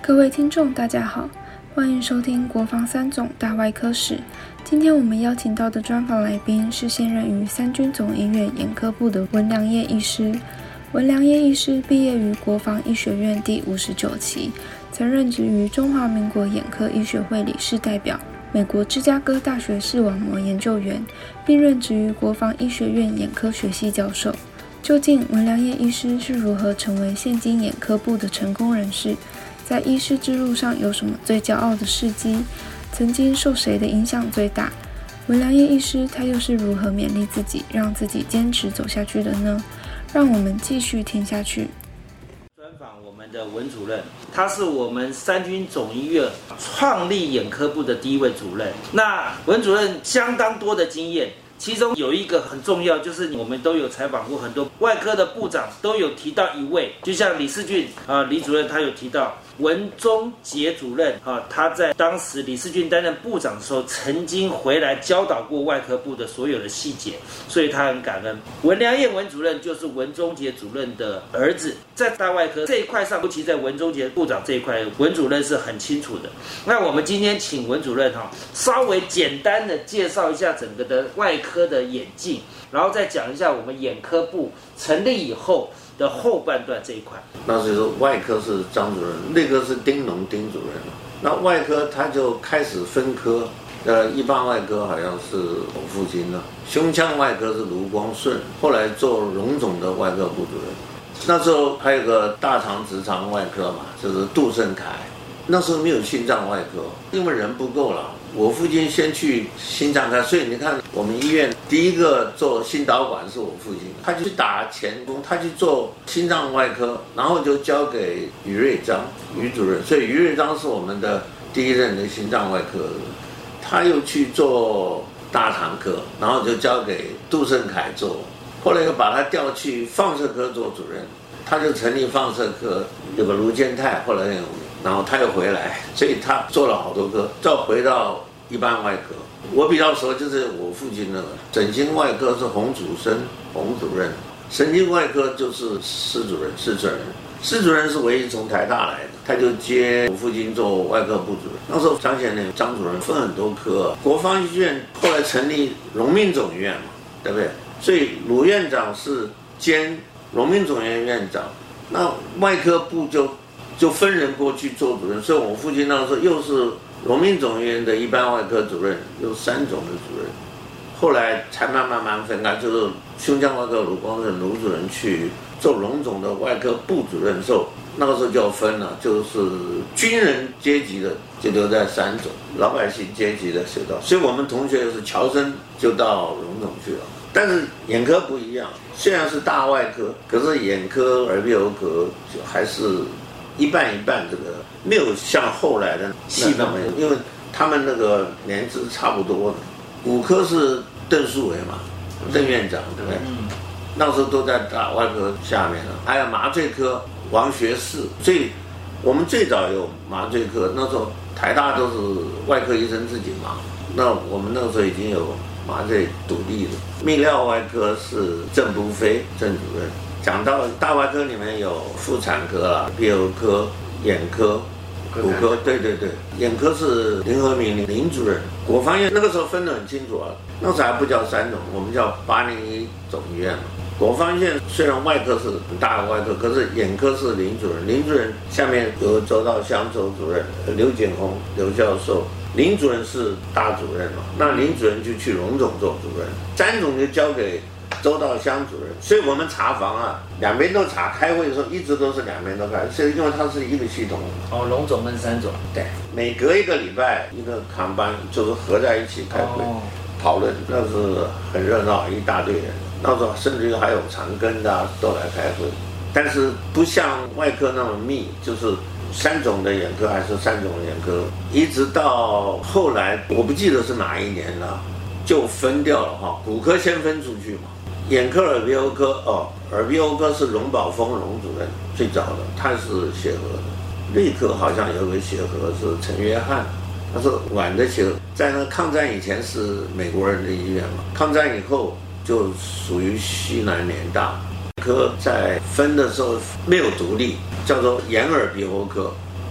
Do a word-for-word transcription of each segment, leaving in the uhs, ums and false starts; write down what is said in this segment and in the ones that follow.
各位听众大家好，欢迎收听国防三总大外科史。今天我们邀请到的专访来宾是现任于三军总医院眼科部的文良烨医师。文良烨医师毕业于国防医学院第五十九期，曾任职于中华民国眼科医学会理事代表、美国芝加哥大学视网膜研究员，并任职于国防医学院眼科学系教授。究竟文良烨医师是如何成为现今眼科部的成功人士？在医师之路上有什么最骄傲的事迹？曾经受谁的影响最大？文良烨医师他又是如何勉励自己，让自己坚持走下去的呢？让我们继续听下去。 专访我们的文主任，他是我们三军总医院创立眼科部的第一位主任。那文主任相当多的经验，其中有一个很重要，就是我们都有采访过很多外科的部长，都有提到一位，就像李世俊啊，李主任他有提到文忠杰主任啊，他在当时李世俊担任部长的时候，曾经回来教导过外科部的所有的细节，所以他很感恩。文良烨文主任就是文忠杰主任的儿子，在大外科这一块上，尤其在文忠杰部长这一块，文主任是很清楚的。那我们今天请文主任哈，稍微简单的介绍一下整个的外科的眼镜，然后再讲一下我们眼科部成立以后的后半段这一块。 那所以说外科是张主任，内科是丁农丁主任。那外科他就开始分科，呃，一般外科好像是我父亲了，胸腔外科是卢光顺，后来做荣总的外科部主任。那时候还有个大肠直肠外科嘛，就是杜胜凯。那时候没有心脏外科，因为人不够了。我父亲先去心脏科，所以你看我们医院第一个做心导管是我父亲，他就去打前功，他去做心脏外科，然后就交给于瑞章于主任，所以于瑞章是我们的第一任的心脏外科，他又去做大肠科，然后就交给杜胜凯做，后来又把他调去放射科做主任，他就成立放射科，有个卢建泰，后来很有名。然后他又回来，所以他做了好多科，再回到一般外科。我比较熟就是我父亲那个整形外科是洪祖生洪主任，神经外科就是施主任施主任，施主任是唯一从台大来的，他就接我父亲做外科部主任。那时候张显年张主任分很多科，国防医学院后来成立荣民总医院嘛，对不对？所以鲁院长是兼荣民总医院院长，那外科部就就分人过去做主任，所以我父亲那时候又是荣民总医院的一般外科主任，又三种的主任，后来才慢慢慢分开，就是胸腔外科卢光顺卢主任去做荣总的外科部主任的时候，那个时候就要分了，就是军人阶级的就留在三种，老百姓阶级的就到，所以我们同学是侨生就到荣总去了。但是眼科不一样，虽然是大外科，可是眼科耳鼻喉科就还是一半一半，这个没有像后来的细分，因为他们那个年资差不多的。骨科是邓树伟嘛，邓院长，对不对？嗯、那时候都在大外科下面了。还有麻醉科王学士，所以我们最早有麻醉科，那时候台大都是外科医生自己忙，那我们那个时候已经有麻醉独立了。泌尿外科是郑不飞郑主任。讲到大外科里面有妇产科啦、鼻喉科、眼科、骨科，对对对，眼科是林和明林主任。国防院那个时候分得很清楚啊，那时候还不叫三种，我们叫八零一总医院嘛。国防院虽然外科是很大的外科，可是眼科是林主任，林主任下面有周道湘周主任、刘景宏刘教授，林主任是大主任嘛，那林主任就去荣总做主任，詹总就交给周道湘主任，所以我们查房啊，两边都查，开会的时候一直都是两边都开，所以因为它是一个系统。 哦，荣总跟三总。 对，每隔一个礼拜一个扛班就是合在一起开会、哦、讨论，那是很热闹，一大堆人。那时候甚至于还有长庚的、啊、都来开会，但是不像外科那么密，就是三种的眼科还是三种的眼科，一直到后来我不记得是哪一年了，就分掉了哈，骨科先分出去嘛。眼科、耳鼻喉科哦，耳鼻喉科是荣宝峰荣主任最早的，他是协和的。内科好像有个协和是陈约翰，他是晚的协和，在那抗战以前是美国人的医院嘛，抗战以后就属于西南联大。科在分的时候没有独立，叫做眼耳鼻喉科，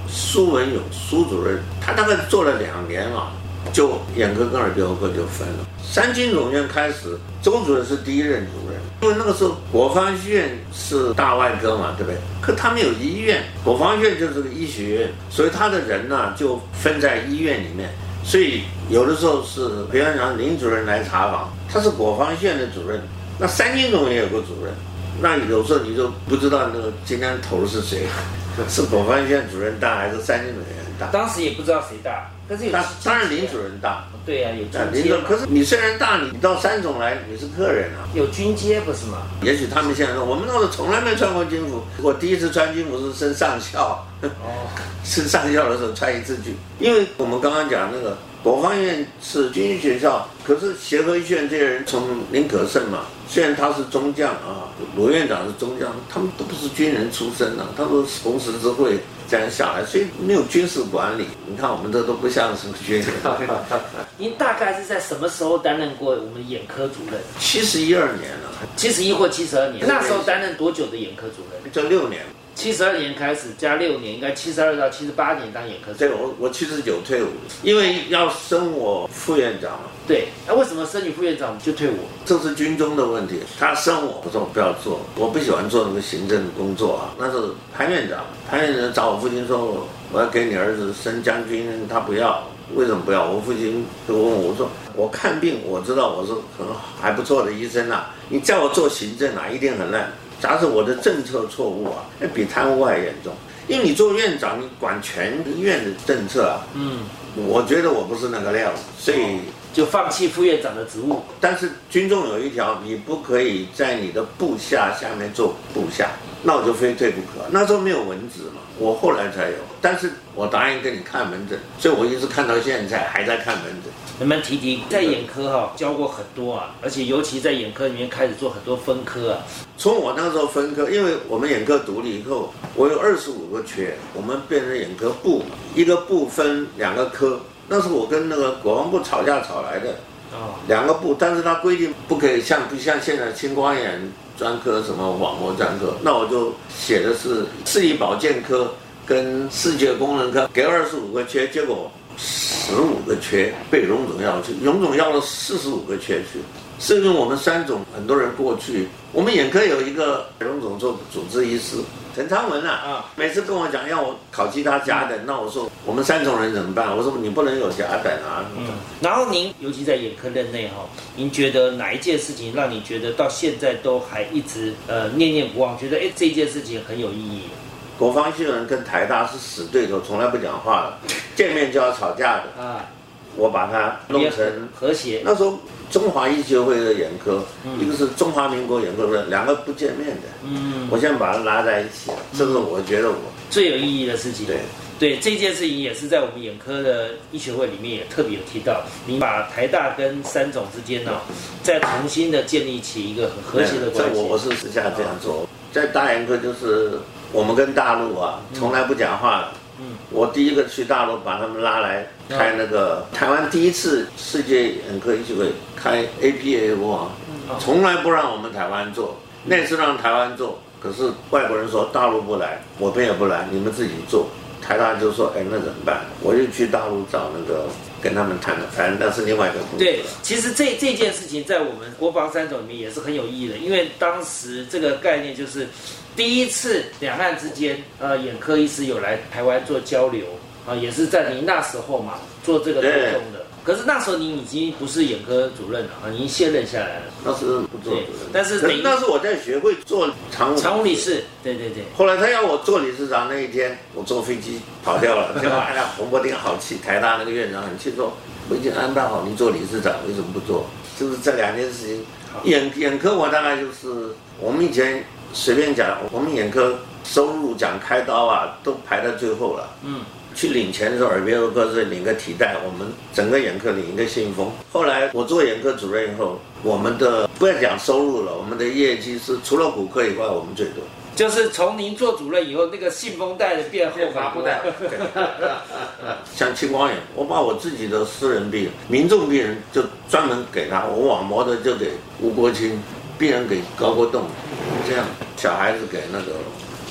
苏文勇苏主任，他大概做了两年啊，就眼科跟耳鼻喉科就分了。三军总院开始，周主任是第一任主任，因为那个时候国防医院是大外科嘛，对不对？可他们有医院，国防医院就是个医学院，所以他的人呢、啊、就分在医院里面。所以有的时候是，比方讲林主任来查访，他是国防医院的主任，那三军总院也有个主任，那有时候你就不知道那个今天头是谁，是国防医院主任大还是三军总院大？ 当时也不知道谁大，但是有当然林主任大。 对呀、啊，有军阶。可是你虽然大，你到三总来，你是客人啊。 有军阶不是吗？ 也许他们现在说，我们那时候从来没穿过军服。我第一次穿军服是升上校，哦，升上校的时候穿一次军。因为我们刚刚讲那个国防院是军医学校，可是协和医学院这些人从林可胜嘛，虽然他是中将啊，罗院长是中将，他们都不是军人出身啊，他都是红十字会这样下来，所以没有军事管理。你看我们这都不像什么军人。 您大概是在什么时候担任过我们眼科主任？ 七十一二年了， 七十一或七十二年。那时候担任多久的眼科主任？ 这六年。 七十二年开始加六年，应该七十二到七十八年当眼科主任。 对，我我七十九退伍，因为要升我副院长嘛。 对，那为什么升你副院长就退伍？ 这是军中的问题。他升我，我说我不要做，我不喜欢做那个行政工作啊。那是潘院长，潘院长找我父亲说，我要给你儿子升将军，他不要。为什么不要？我父亲就问我，我说我看病，我知道我是很还不错的医生啊，你叫我做行政啊，一定很烂。假使我的政策错误啊，那比贪污还严重。因为你做院长，你管全医院的政策啊，嗯，我觉得我不是那个料，所以、哦、 就放弃副院长的职务。 但是军中有一条，你不可以在你的部下下面做部下，那我就非退不可。那时候没有文职嘛，我后来才有，但是我答应给你看门诊，所以我一直看到现在还在看门诊。 能不能提提在眼科哈、哦、教过很多啊，而且尤其在眼科里面开始做很多分科啊。 从我那时候分科，因为我们眼科独立以后，我有二十五个缺，我们变成眼科部嘛，一个部分两个科，那是我跟那个国防部吵架吵来的。哦，两个部，但是他规定不可以像不像现在青光眼专科什么网膜专科，那我就写的是视力保健科跟视觉功能科，给二十五个缺，结果十五个缺被荣总要去，荣总要了四十五个缺去。甚至我们三总很多人过去，我们眼科有一个荣总做主治医师陈昌文啊，啊每次跟我讲要我考其他甲等，那我说我们三种人怎么办？我说你不能有甲等啊。嗯， 然后您尤其在眼科任内哈，您觉得哪一件事情让你觉得到现在都还一直呃念念不忘？觉得哎这件事情很有意义。 国防系人跟台大是死对头，从来不讲话了，见面就要吵架的啊。我把它弄成和谐。 那时候中华医学会的眼科，嗯、一个是中华民国眼科的，两个不见面的。嗯，我现在把它拉在一起了，这是我觉得我最有意义的事情。 对对，这件事情也是在我们眼科的医学会里面也特别有提到，你把台大跟三总之间呢、哦，再重新的建立起一个很和谐的关系。 这我我是私下这样做，在大眼科就是我们跟大陆啊从来不讲话了。嗯，我第一个去大陆把他们拉来开那个、嗯、台湾第一次世界眼科医学会开 A P A O 啊，嗯、从来不让我们台湾做，那次让台湾做，可是外国人说大陆不来，我们也不来，你们自己做。台大就说，哎，那怎么办？我就去大陆找那个跟他们谈了，反正那是另外一个故事。 对，其实这这件事情在我们国防三总里面也是很有意义的，因为当时这个概念就是第一次两岸之间，呃，眼科医师有来台湾做交流啊，也是在您那时候嘛做这个推动的。可是那时候您已经不是眼科主任了啊，您卸任下来了。 那是不做主任， 但是等于那是我在学会做常务常务理事，对对对。 后来他要我做理事长那一天，我坐飞机跑掉了。结果哎呀，洪伯定好气，台大那个院长很气说，我已经安排好你做理事长，为什么不做？就是这两件事情。眼眼科我大概就是我们以前随便讲，我们眼科收入讲开刀啊，都排在最后了。嗯。去领钱的时候，耳鼻喉科是领个体袋，我们整个眼科领一个信封。后来我做眼科主任以后，我们的不要讲收入了，我们的业绩是除了骨科以外，我们最多。 就是从您做主任以后，那个信封袋的变厚发布袋。 像青光眼，我把我自己的私人病人、民众病人就专门给他，我网膜的就给吴国清，病人给高国栋，这样小孩子给那个。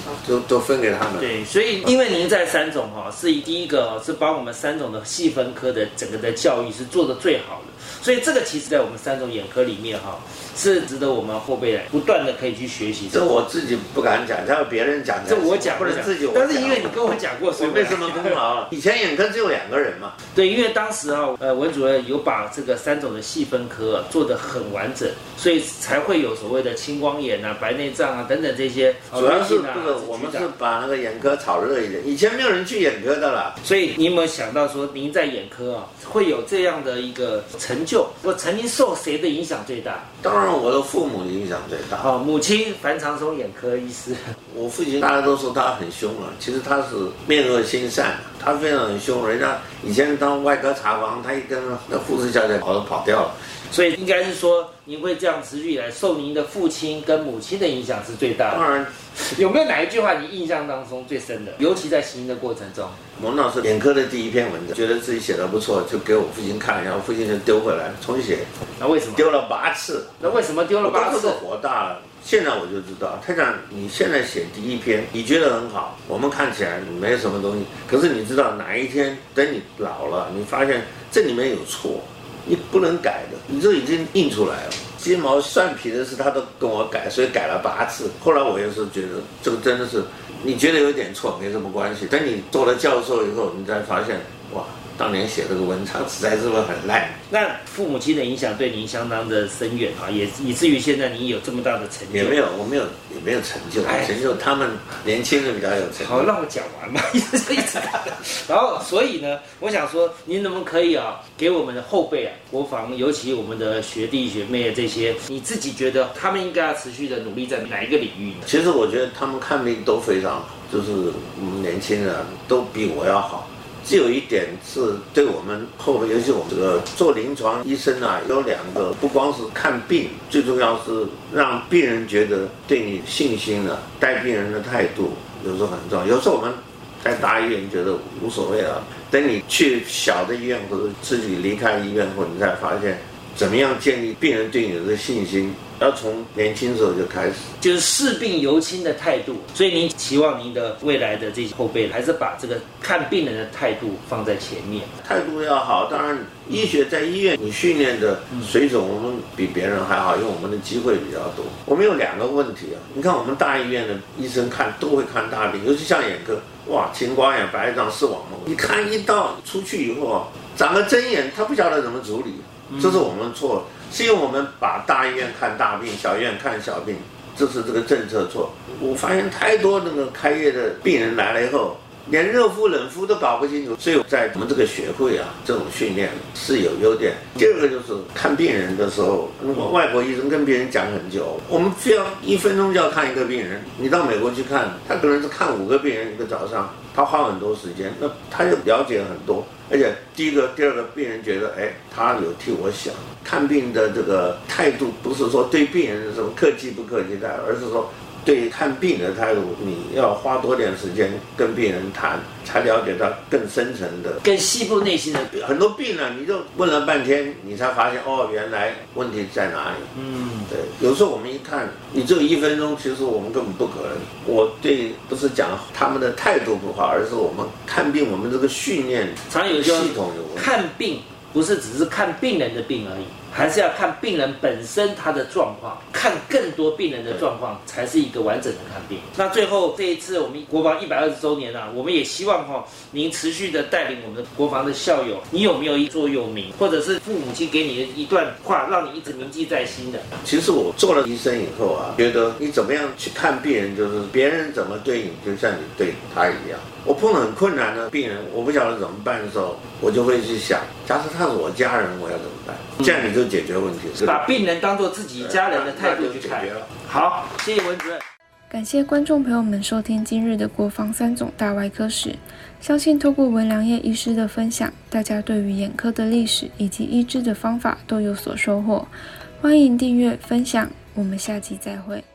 就都分给他们。 对，所以因为您在三总哈、哦、是第一个、哦、是把我们三总的细分科的整个的教育是做得最好的，所以这个其实在我们三种眼科里面哈、哦、是值得我们后辈来不断的可以去学习。 这我自己不敢讲，要别人讲。 这我讲不能自己我讲，但是因为你跟我讲过，所以没什么功劳。以前眼科只有两个人嘛。 对，因为当时啊，呃，文主任有把这个三种的细分科、啊、做得很完整，所以才会有所谓的青光眼啊、白内障啊等等这些。 主要是这个，我们是把那个眼科炒热一点。以前没有人去眼科的啦。 所以你有没有想到说，您在眼科啊会有这样的一个成就？我曾经受谁的影响最大？ 当然，我的父母影响最大。 哦，母亲樊长松眼科医师。 我父亲大家都说他很凶啊，其实他是面恶心善，他非常很凶。人家以前当外科查房，他一跟那护士小姐跑都跑掉了。 所以应该是说，您会这样持续以来受您的父亲跟母亲的影响是最大的。 当然， 有没有哪一句话你印象当中最深的？尤其在行的过程中。 我那是眼科的第一篇文章，觉得自己写得不错，就给我父亲看，然后父亲就丢回来重写。 那为什么？ 丢了八次。 那为什么丢了八次？ 我火大了。现在我就知道，他讲你现在写第一篇，你觉得很好，我们看起来没有什么东西，可是你知道哪一天等你老了，你发现这里面有错，你不能改的，你这已经印出来了。鸡毛蒜皮的事他都跟我改，所以改了八次。后来我也是觉得这个真的是，你觉得有点错没什么关系，等你做了教授以后，你才发现哇，当年写这个文章实在是很烂。 那父母亲的影响对您相当的深远啊，也以至于现在您有这么大的成就。 也没有，我没有，也没有成就，成就他们年轻人比较有成就。 好，让我讲完嘛，一直一直看。然后，所以呢，我想说，您能不能可以啊，给我们的后辈啊，国防，尤其我们的学弟学妹这些，你自己觉得他们应该要持续的努力在哪一个领域呢？ 其实我觉得他们看病都非常好，就是我们年轻人都比我要好。只有一点是对我们后辈，尤其我们这个做临床医生啊，有两个，不光是看病，最重要是让病人觉得对你信心了、啊，带病人的态度有时候很重要。有时候我们在大医院觉得无所谓啊，等你去小的医院或者自己离开医院后，你才发现怎么样建立病人对你的信心。要从年轻时候就开始， 就是视病由亲的态度。所以您期望您的未来的这些后辈，还是把这个看病人的态度放在前面。 态度要好，当然医学在医院你训练的水准，我们比别人还好，因为我们的机会比较多。我们有两个问题啊，你看我们大医院的医生看都会看大病，尤其像眼科，哇，青光眼、白内障、视网膜，你看一到出去以后啊，长个针眼，他不晓得怎么处理，这是我们错了。是因为我们把大医院看大病，小医院看小病，这是这个政策错。我发现太多那个开业的病人来了以后，连热敷冷敷都搞不清楚，所以在我们这个学会啊，这种训练是有优点。第二个就是看病人的时候，如果外国医生跟病人讲很久，我们非要一分钟就要看一个病人。你到美国去看，他可能是看五个病人一个早上，他花很多时间，那他就了解很多。而且第一个、第二个病人觉得，哎，他有替我想。看病的这个态度不是说对病人什么客气不客气的，而是说对看病的态度，你要花多点时间跟病人谈，才了解他更深层的、 更细部内心的。 很多病人你就问了半天，你才发现哦，原来问题在哪里。嗯，对。有时候我们一看，你只有一分钟，其实我们根本不可能。我对不是讲他们的态度不好，而是我们看病，我们这个训练常有系统有问题。 看病不是只是看病人的病而已。还是要看病人本身他的状况，看更多病人的状况，才是一个完整的看病。那最后这一次我们国防一百二十周年啊，我们也希望哈、哦，您持续的带领我们的国防的校友，你有没有一座右铭，或者是父母亲给你的一段话，让你一直铭记在心的？ 其实我做了医生以后啊，觉得你怎么样去看病人，就是别人怎么对你，就像你对他一样。我碰到很困难的病人，我不晓得怎么办的时候，我就会去想，假设他是我家人，我要怎么办？这样你就解决问题。 把病人当作自己家人的态度去看。好，谢谢文主任。 感谢观众朋友们收听今日的国防三总大外科史。相信透过文良烨医师的分享，大家对于眼科的历史以及医治的方法都有所收获。欢迎订阅分享，我们下期再会。